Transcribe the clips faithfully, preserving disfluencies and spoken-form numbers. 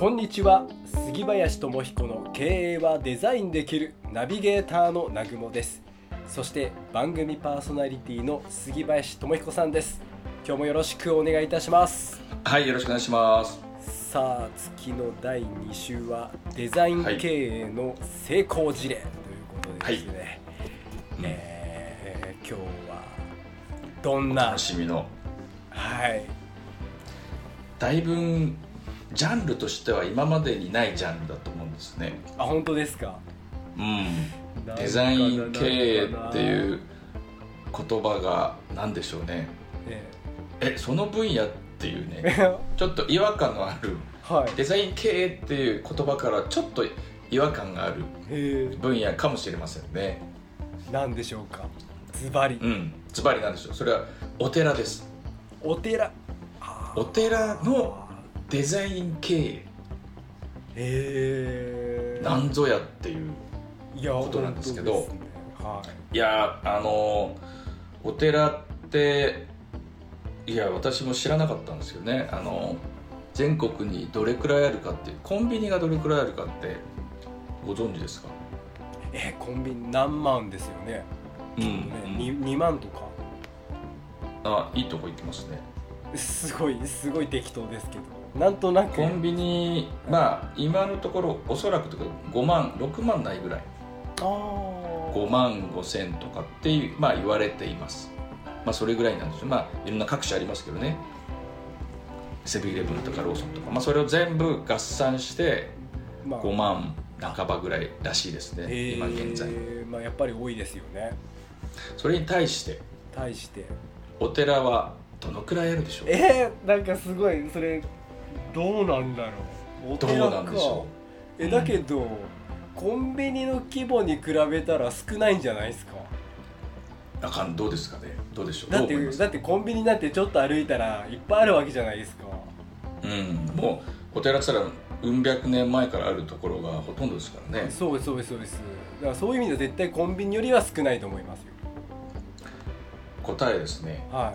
こんにちは。杉林智彦の経営はデザインできるナビゲーターのなぐもです。そして番組パーソナリティの杉林智彦さんです。今日もよろしくお願いいたします。 はい、よろしくお願いします。 さあ、月のだいに週はデザイン経営の成功事例ということでですね、はいえー、今日はどんな楽しみのはいだいぶジャンルとしては今までにないジャンルだと思うんですね。 あ、本当ですか。 うんデザイン経営っていう言葉が何でしょうね、ええ、その分野っていうねちょっと違和感のある、はい、デザイン経営っていう言葉からちょっと違和感がある分野かもしれませんね。 何でしょうか。ズバリうんズバリなんでしょう。それはお寺です。 お寺お寺のデザイン経営、 へーなんぞやっていうことなんですけど、いや、ねはい、いやあのお寺っていや私も知らなかったんですよね。あの全国にどれくらいあるかっていう、コンビニがどれくらいあるかってご存知ですか？ えコンビニ何万ですよね。うん、ね、うん、に, にまんとか。 あ、いいとこ行ってますね。 すごいすごい適当ですけど、なんとなくコンビニ、まあ今のところおそらくとかごまんろくまんないぐらい、あごまんごせんとかっていう、まあ、言われています。まあそれぐらいなんですよ。まあいろんな各社ありますけどね、セブンイレブンとかローソンとか、まあ、それを全部合算してごまん半ばぐらいらしいですね、まあ、今現在、 まあ、やっぱり多いですよね。 それに対して対してお寺はどのくらいあるでしょう。 えー、なんかすごいそれどうなんだろう。お寺かどうなんでしょう。えだけど、うん、コンビニの規模に比べたら少ないんじゃないですか。 あかんどうですかね。どうでしょう。 だってだってコンビニなんてちょっと歩いたらいっぱいあるわけじゃないですか。 うんもうお寺って言ったらうん百年前からあるところがほとんどですからね。 そうですそうですそうです。だからそういう意味では絶対コンビニよりは少ないと思いますよ。 答えですね、 はい、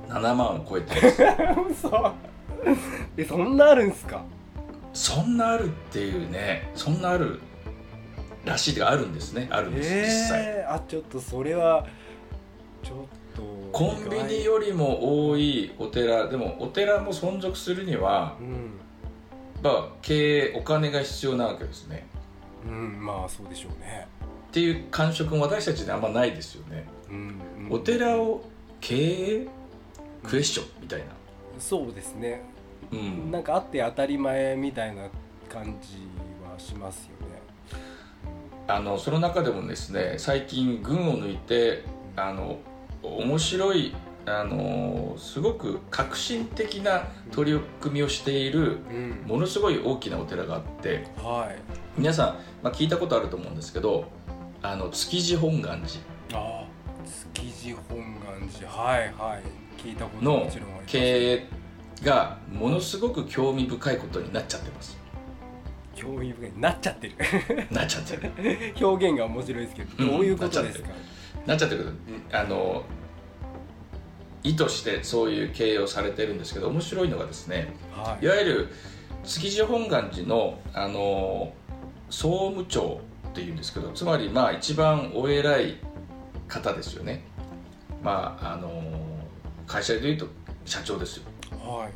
ななまんを超えてます嘘えそんなあるんすか。 そんなあるっていうね、そんなあるらしいがあるんですね。あるんです、えー、実際。 あちょっとそれはちょっとコンビニよりも多いお寺でも、お寺も存続するには、うん、まあ経営お金が必要なわけですね。 うんまあそうでしょうねっていう感触も私たちにあんまないですよね、うんうん、お寺を経営クエスチョンみたいな、 うん、そうですね、うん、なんかあって当たり前みたいな感じはしますよね。 あのその中でもですね、最近群を抜いてあの面白いあのすごく革新的な取り組みをしている、うん、ものすごい大きなお寺があって、はい、皆さん、まあ、聞いたことあると思うんですけど、あの築地本願寺、 あ築地本願寺、はいはい聞いたことの経営がものすごく興味深いことになっちゃってます。 興味深いなっちゃってるなっちゃってる表現が面白いですけど、どういうことですか。 なっちゃってる、あの意図してそういう経営をされてるんですけど、面白いのがですね、はい、いわゆる築地本願寺の、あの総務長っていうんですけど、つまりまあ一番お偉い方ですよね。まああの会社でいうと社長ですよ、はい、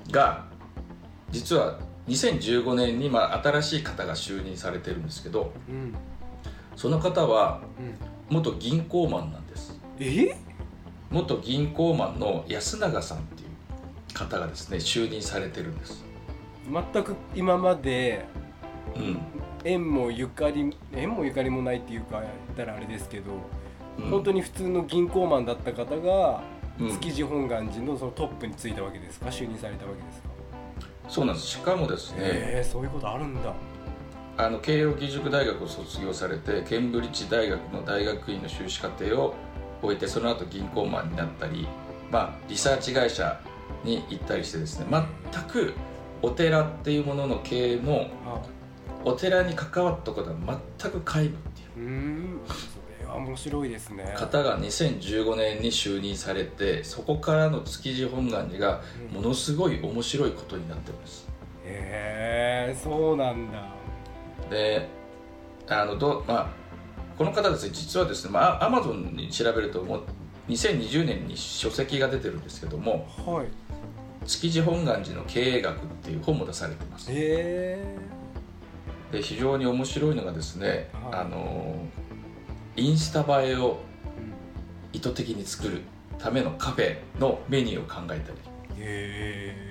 が実はにせんじゅうごねんにまあ新しい方が就任されてるんですけど、うん、その方は元銀行マンなんです。 え元銀行マンの安永さんっていう方がですね就任されてるんです。 全く今まで、 うん、 縁もゆかり縁もゆかりもないっていうか言ったらあれですけど、うん、本当に普通の銀行マンだった方が築地本願寺 の, そのトップに就いたわけですか、就任されたわけですか。 そうなんです。しかもですね、 えー、そういうことあるんだ。 あの慶應義塾大学を卒業されて、ケンブリッジ大学の大学院の修士課程を終えて、その後銀行マンになったり、まあ、リサーチ会社に行ったりしてですね、全くお寺っていうものの経営のお寺に関わったことは全く皆無っていう、うーんそれは面白いですね。 方がにせんじゅうごねんに就任されて、そこからの築地本願寺がものすごい面白いことになってます。 へえ、そうなんだ。 であのど、まあ、この方ですね、実はですね、まあ、アマゾンに調べるともうにせんにじゅうねんに書籍が出てるんですけども、 はい、 築地本願寺の経営学っていう本も出されてます。 へで非常に面白いのがですね、 はい、 あのインスタ映えを意図的に作るためのカフェのメニューを考えたり、 へ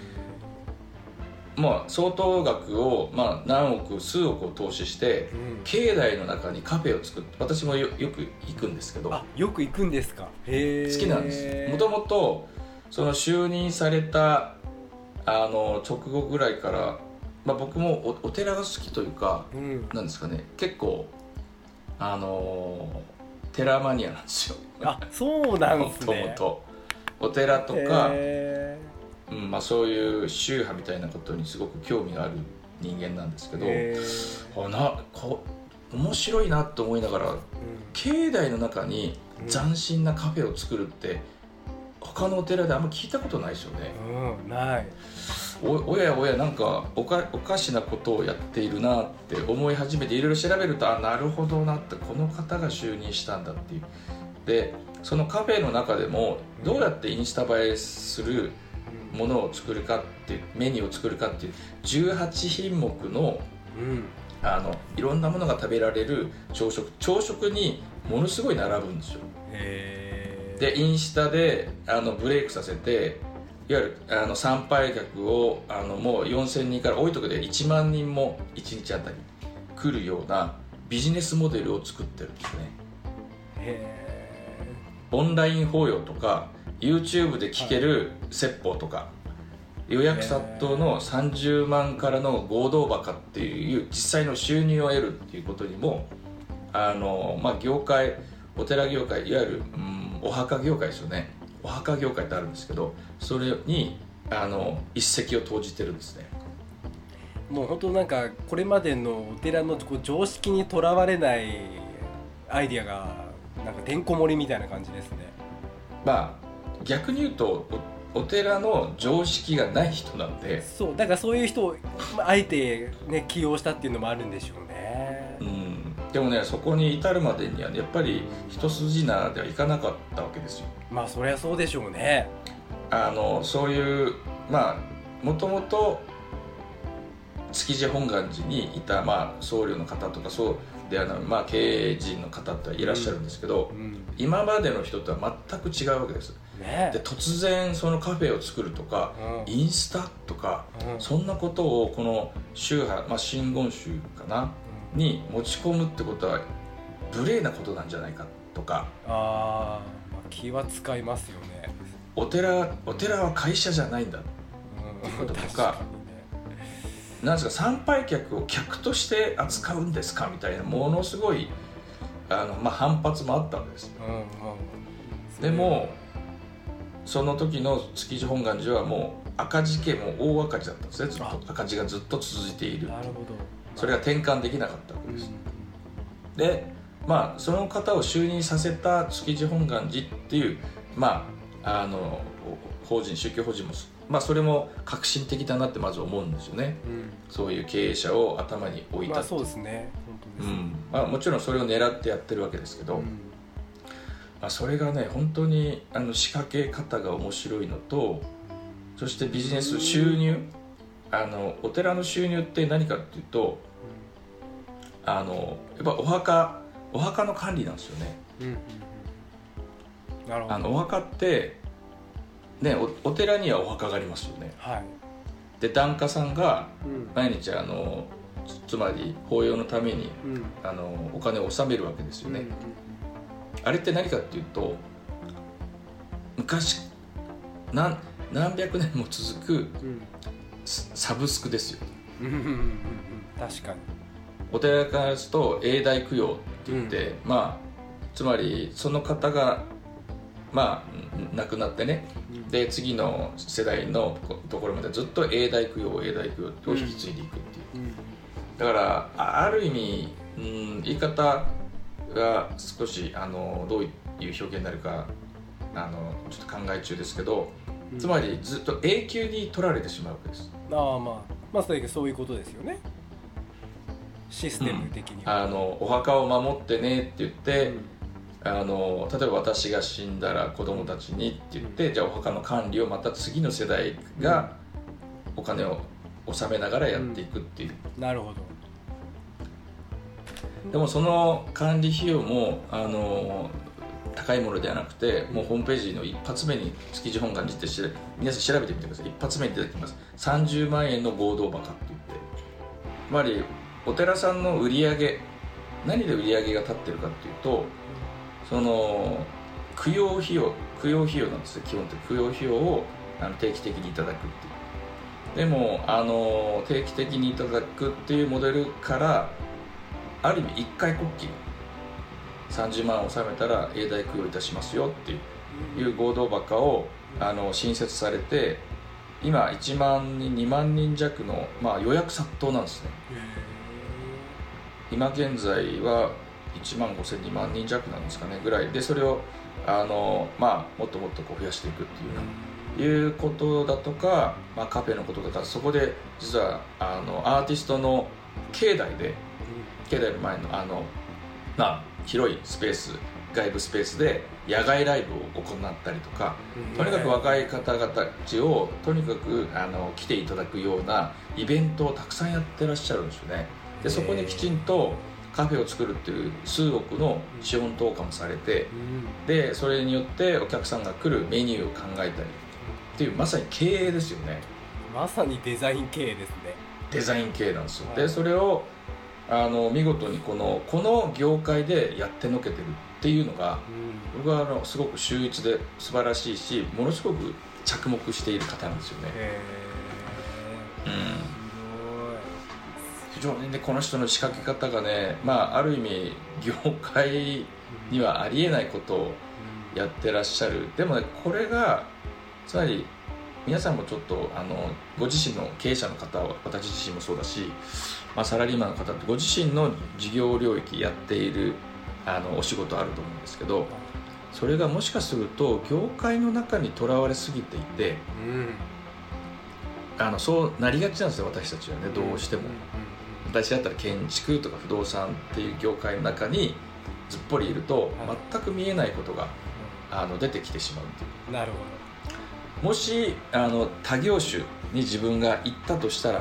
まあ、相当額を、まあ、何億数億を投資して、うん、境内の中にカフェを作って、私も よ, よく行くんですけど。 あ、よく行くんですか。へ好きなんです。もともとその就任されたあの直後ぐらいから、まあ、僕も お, お寺が好きというか、うん、なんですかね、結構あの寺マニアなんですよ。 あ、そうなんですね。 もともとお寺とか、うんまあ、そういう宗派みたいなことにすごく興味がある人間なんですけど、あなこ面白いなと思いながら、うん、境内の中に斬新なカフェを作るって、うん、他のお寺であんま聞いたことないですよね。 うん、ない。 お, おやおやなんか お, かおかしなことをやっているなって思い始めて、いろいろ調べると、あ、なるほどなって、この方が就任したんだっていう。でそのカフェの中でもどうやってインスタ映えするものを作るかっていう、メニューを作るかっていうじゅうはちひんもくの、うん、あのいろんなものが食べられる朝食朝食にものすごい並ぶんですよ。へー。でインスタであのブレイクさせて、いわゆるあの参拝客をあのもうよんせんにんから多いところでいちまんにんもいちにちあたり来るようなビジネスモデルを作ってるんですね。へー。オンライン法要とか YouTube で聞ける説法とか、はい、予約殺到のさんじゅうまんからの合同墓っていう実際の収入を得るっていうことにも、あの、まあ、業界、お寺業界、いわゆる、うん、お墓業界ですよね。お墓業界ってあるんですけど、それにあの一石を投じてるんですね。 もう本当なんかこれまでのお寺のこう常識にとらわれないアイディアがなんかてんこ盛りみたいな感じですね。 まあ逆に言うと お, お寺の常識がない人なんで、 そうだからそういう人をあえて、ね、起用したっていうのもあるんでしょうね。 うん、でもね、そこに至るまでには、ね、やっぱり一筋縄ではいかなかったわけですよ。 まあそりゃそうでしょうね。 あのそういうまあもともと築地本願寺にいた、まあ、僧侶の方とかそうではない、まあ、経営陣の方っていらっしゃるんですけど、うんうん、今までの人とは全く違うわけです、ね、で突然そのカフェを作るとか、うん、インスタとか、うん、そんなことをこの宗派、まあ、真言宗かな、うん、に持ち込むってことは無礼なことなんじゃないかとか、 あ、まあ、気は使いますよね。 お寺、お寺は会社じゃないんだっていうこととか、なんですか、参拝客を客として扱うんですかみたいな、ものすごいあの、まあ、反発もあったわけです、うんうん、でもその時の築地本願寺はもう赤字家も大赤字だったんですね。ずっと赤字がずっと続いている。 なるほど。 それが転換できなかったわけです、うん、でまあその方を就任させた築地本願寺っていう、まああの法人、宗教法人も、まあ、それも革新的だなってまず思うんですよね、うん、そういう経営者を頭に置いた、 まあ、そうですね、本当です、うんまあ、もちろんそれを狙ってやってるわけですけど、うんまあ、それがね本当にあの仕掛け方が面白いのと、そしてビジネス収入、あのお寺の収入って何かっていうと、うん、あのやっぱお墓お墓の管理なんですよね、うんうんうん、なるほど。あのお墓ってね、お, お寺にはお墓がありますよね、はい、で檀家さんが毎日あの、うん、つまり法要のために、うん、あのお金を納めるわけですよね、うんうん、あれって何かっていうと、昔 何, 何百年も続く、うん、サブスクですよ、うんうんうんうん、 確かに。 お寺からすると永代供養って言って、うん、まあつまりその方がまあ亡くなってね、で次の世代のところまでずっと永代供養永代供養を引き継いでいくっていう、うんうん、だからある意味、うん、言い方が少しあのどういう表現になるかあのちょっと考え中ですけど、うん、つまりずっと永久に取られてしまうわけです。 ああ、まあまあそういうことですよね、システム的には、 うん、あのお墓を守ってねって言って、うんあの例えば私が死んだら子供たちにって言って、うん、じゃあお墓の管理をまた次の世代がお金を納めながらやっていくっていう、 うん、なるほど。 でもその管理費用もあの高いものではなくて、もうホームページの一発目に築地本願寺ってし皆さん調べてみてください。一発目に出てきます。さんじゅうまんえんの合同墓って言って、つまりお寺さんの売り上げ、何で売り上げが立ってるかっていうと、その供養費用供養費用なんですよ。基本的に供養費用をあの定期的にいただくっていう。でもあの定期的にいただくっていうモデルからある意味一回こっきりさんじゅうまんを納めたら永代供養いたしますよっていう合同墓をあの新設されて、今いちまんにんにまんにん弱の、まあ、予約殺到なんですね。今現在はいちまんごせん、にまんにん弱なんですかねぐらいで、それをあの、まあ、もっともっとこう増やしていくっていういうことだとか、まあ、カフェのことだとか、そこで実はあのアーティストの境内で境内の前のあの、まあ、広いスペース、外部スペースで野外ライブを行ったりとか、とにかく若い方々たちをとにかくあの来ていただくようなイベントをたくさんやってらっしゃるんですよね。でそこにきちんとカフェを作るっていう数億の資本投下もされて、でそれによってお客さんが来るメニューを考えたりっていう、まさに経営ですよね。 まさにデザイン経営ですね。 デザイン経営なんですよ。でそれをあの見事にこのこの業界でやってのけてるっていうのが、うん、僕はあのすごく秀逸で素晴らしいし、ものすごく着目している方なんですよね。へー、うん非常にね、この人の仕掛け方がね、まあ、ある意味業界にはありえないことをやってらっしゃる。でもね、これがつまり皆さんもちょっとあのご自身の経営者の方は、私自身もそうだし、まあ、サラリーマンの方ってご自身の事業領域やっているあのお仕事あると思うんですけど、それがもしかすると業界の中にとらわれすぎていて、うん、あのそうなりがちなんですよ、私たちはね、どうしても。私だったら建築とか不動産っていう業界の中にずっぽりいると全く見えないことがあの出てきてしまうっていう。 なるほど。もしあの他業種に自分が行ったとしたら、うん、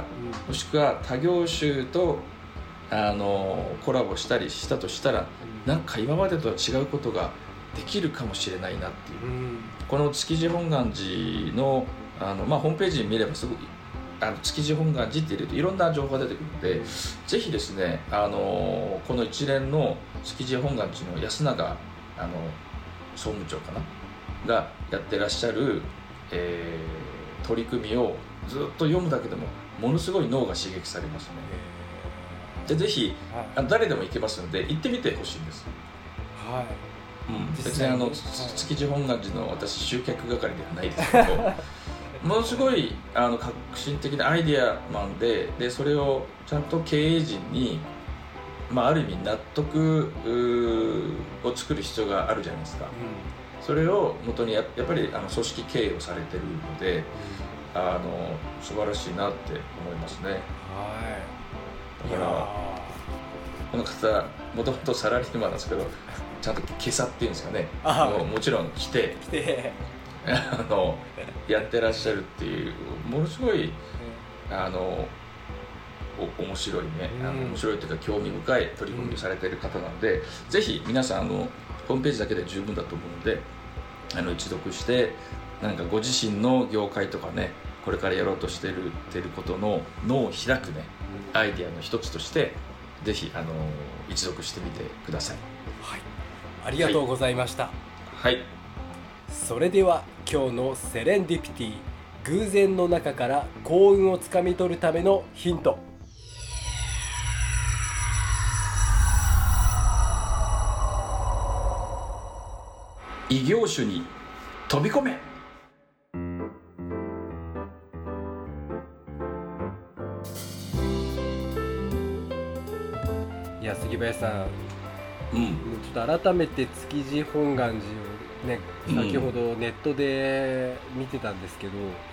もしくは他業種とあのコラボしたりしたとしたら、うん、なんか今までとは違うことができるかもしれないなっていう、うん、この築地本願寺の、あの、まあ、ホームページ見ればすごくあの築地本願寺って入れるといろんな情報が出てくるので、ぜひですね、あのこの一連の築地本願寺の安永あの総務長かながやってらっしゃる、えー、取り組みをずっと読むだけでもものすごい脳が刺激されますね。でぜひ、はい、誰でも行けますので行ってみてほしいんです。 はい、 うん、別にあの、はい、築地本願寺の私集客係ではないですけどものすごいあの革新的なアイデアマンで、でそれをちゃんと経営陣に、まあ、ある意味納得を作る必要があるじゃないですか、うん、それを元に や, やっぱりあの組織経営をされてるので、うん、あの素晴らしいなって思いますね。はい、だからこの方もともとサラリーマンなんですけど、ちゃんと今朝っていうんですかね、も, もちろん来て来てあのやってらっしゃるっていう、ものすごいあのお面白いね、あの面白いというか興味深い取り組みをされている方なので、うん、ぜひ皆さんあのホームページだけで十分だと思うので、あの一読してなんかご自身の業界とかね、これからやろうとしているてることの脳を開くね、うん、アイデアの一つとしてぜひあの一読してみてください。 はい、ありがとうございました。 はい、はい、 それでは今日のセレンディピティ、偶然の中から幸運をつかみ取るためのヒント。 異業種に飛び込め。 いや杉林さん、 うん、 ちょっと改めて築地本願寺をね、先ほどネットで見てたんですけど、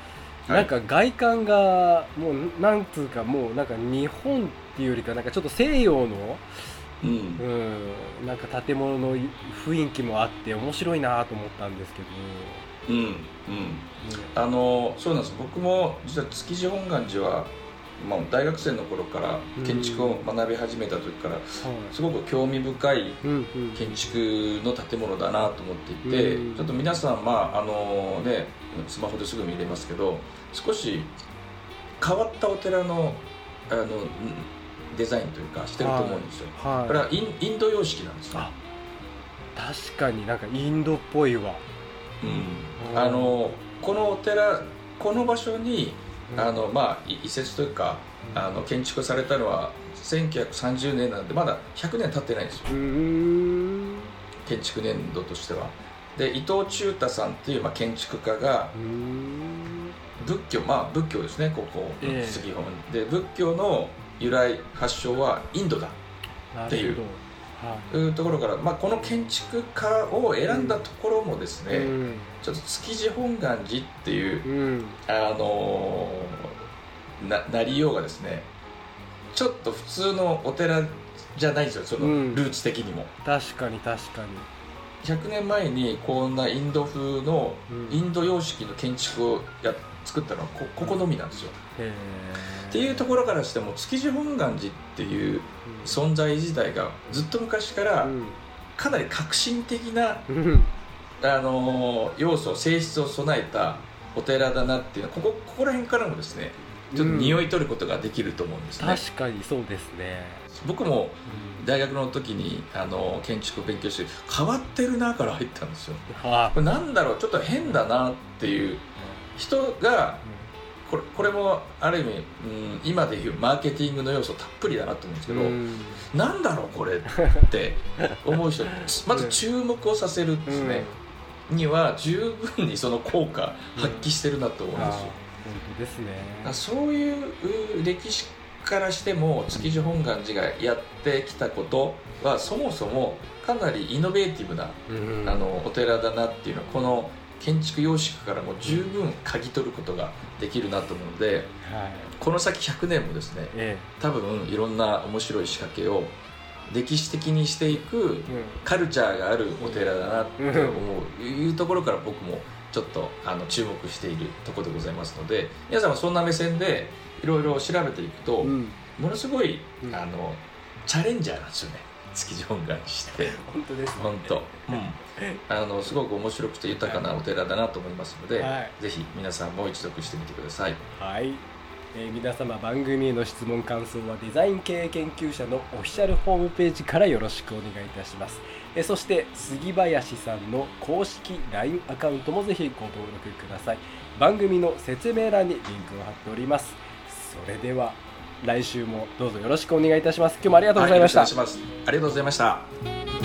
なんか外観がもうなんつうかもうなんか日本っていうよりかなんかちょっと西洋の、うんうん、なんか建物の雰囲気もあって面白いなと思ったんですけど、 うんうん、あのそうなんです。僕も実は築地本願寺は、まあ、大学生の頃から建築を学び始めた時からすごく興味深い建築の建物だなと思っていて、ちょっと皆さん、まああのね、スマホですぐ見れますけど少し変わったお寺の、あのデザインというかしてると思うんですよ、はいはい、これはイン、インド様式なんですよ。 確かになんかインドっぽいわ、 うん、あのこのお寺この場所にあの、まあ、移設というかあの建築されたのはせんきゅうひゃくさんじゅうねんなんでまだひゃくねん経ってないんですよ、うーん建築年度としては。で伊藤忠太さんっていう、まあ、建築家がうーん仏教、まあ仏教ですね、ここ杉本、えー、で仏教の由来発祥はインドだっていうはい、ところから、まあ、この建築家を選んだところもですね、うん、ちょっと築地本願寺っていう、うん、あのー、な, なりようがですねちょっと普通のお寺じゃないんですよ、そのルーツ的にも、 うん、確かに確かにひゃくねんまえにこんなインド風の、うん、インド様式の建築をや作ったのは こ, ここのみなんですよ。へっていうところからしても築地本願寺っていう存在自体がずっと昔からかなり革新的な、うん、あの要素性質を備えたお寺だなっていうのは こ, こ, ここら辺からもですねちょっと匂い取ることができると思うんですね、 うん、確かにそうですね。 僕も大学の時にあの建築を勉強して変わってるなから入ったんですよ。これなんだろうちょっと変だなっていう人がこ れ, これもある意味、うん、今でいうマーケティングの要素たっぷりだなと思うんですけど、うん、なんだろうこれって思う人まず注目をさせるですね、うん、には十分にその効果発揮してるなと思うんですよ、うん、本当ですね。 そういう歴史からしても築地本願寺がやってきたことはそもそもかなりイノベーティブな、うん、あのお寺だなっていうのはこの建築様式からも十分嗅ぎ取ることができるなと思うので、はい、この先ひゃくねんもですね、ええ、多分いろんな面白い仕掛けを歴史的にしていくカルチャーがあるお寺だなって思う、うん、いうところから僕もちょっとあの注目しているところでございますので、皆さんもそんな目線でいろいろ調べていくと、うん、ものすごい、うん、あのチャレンジャーなんですよね築地本願寺って本当ですね。 本当、うん、あのすごく面白くて豊かなお寺だなと思いますので、はい、ぜひ皆さんも一読してみてください。 はい、えー、皆様番組への質問感想はデザイン経営研究者のオフィシャルホームページからよろしくお願いいたします。えー、そして杉林さんの公式 ライン アカウントもぜひご登録ください。番組の説明欄にリンクを貼っております。それでは来週もどうぞよろしくお願いいたします。今日もありがとうございました。 はい、よろしくお願いします。ありがとうございました。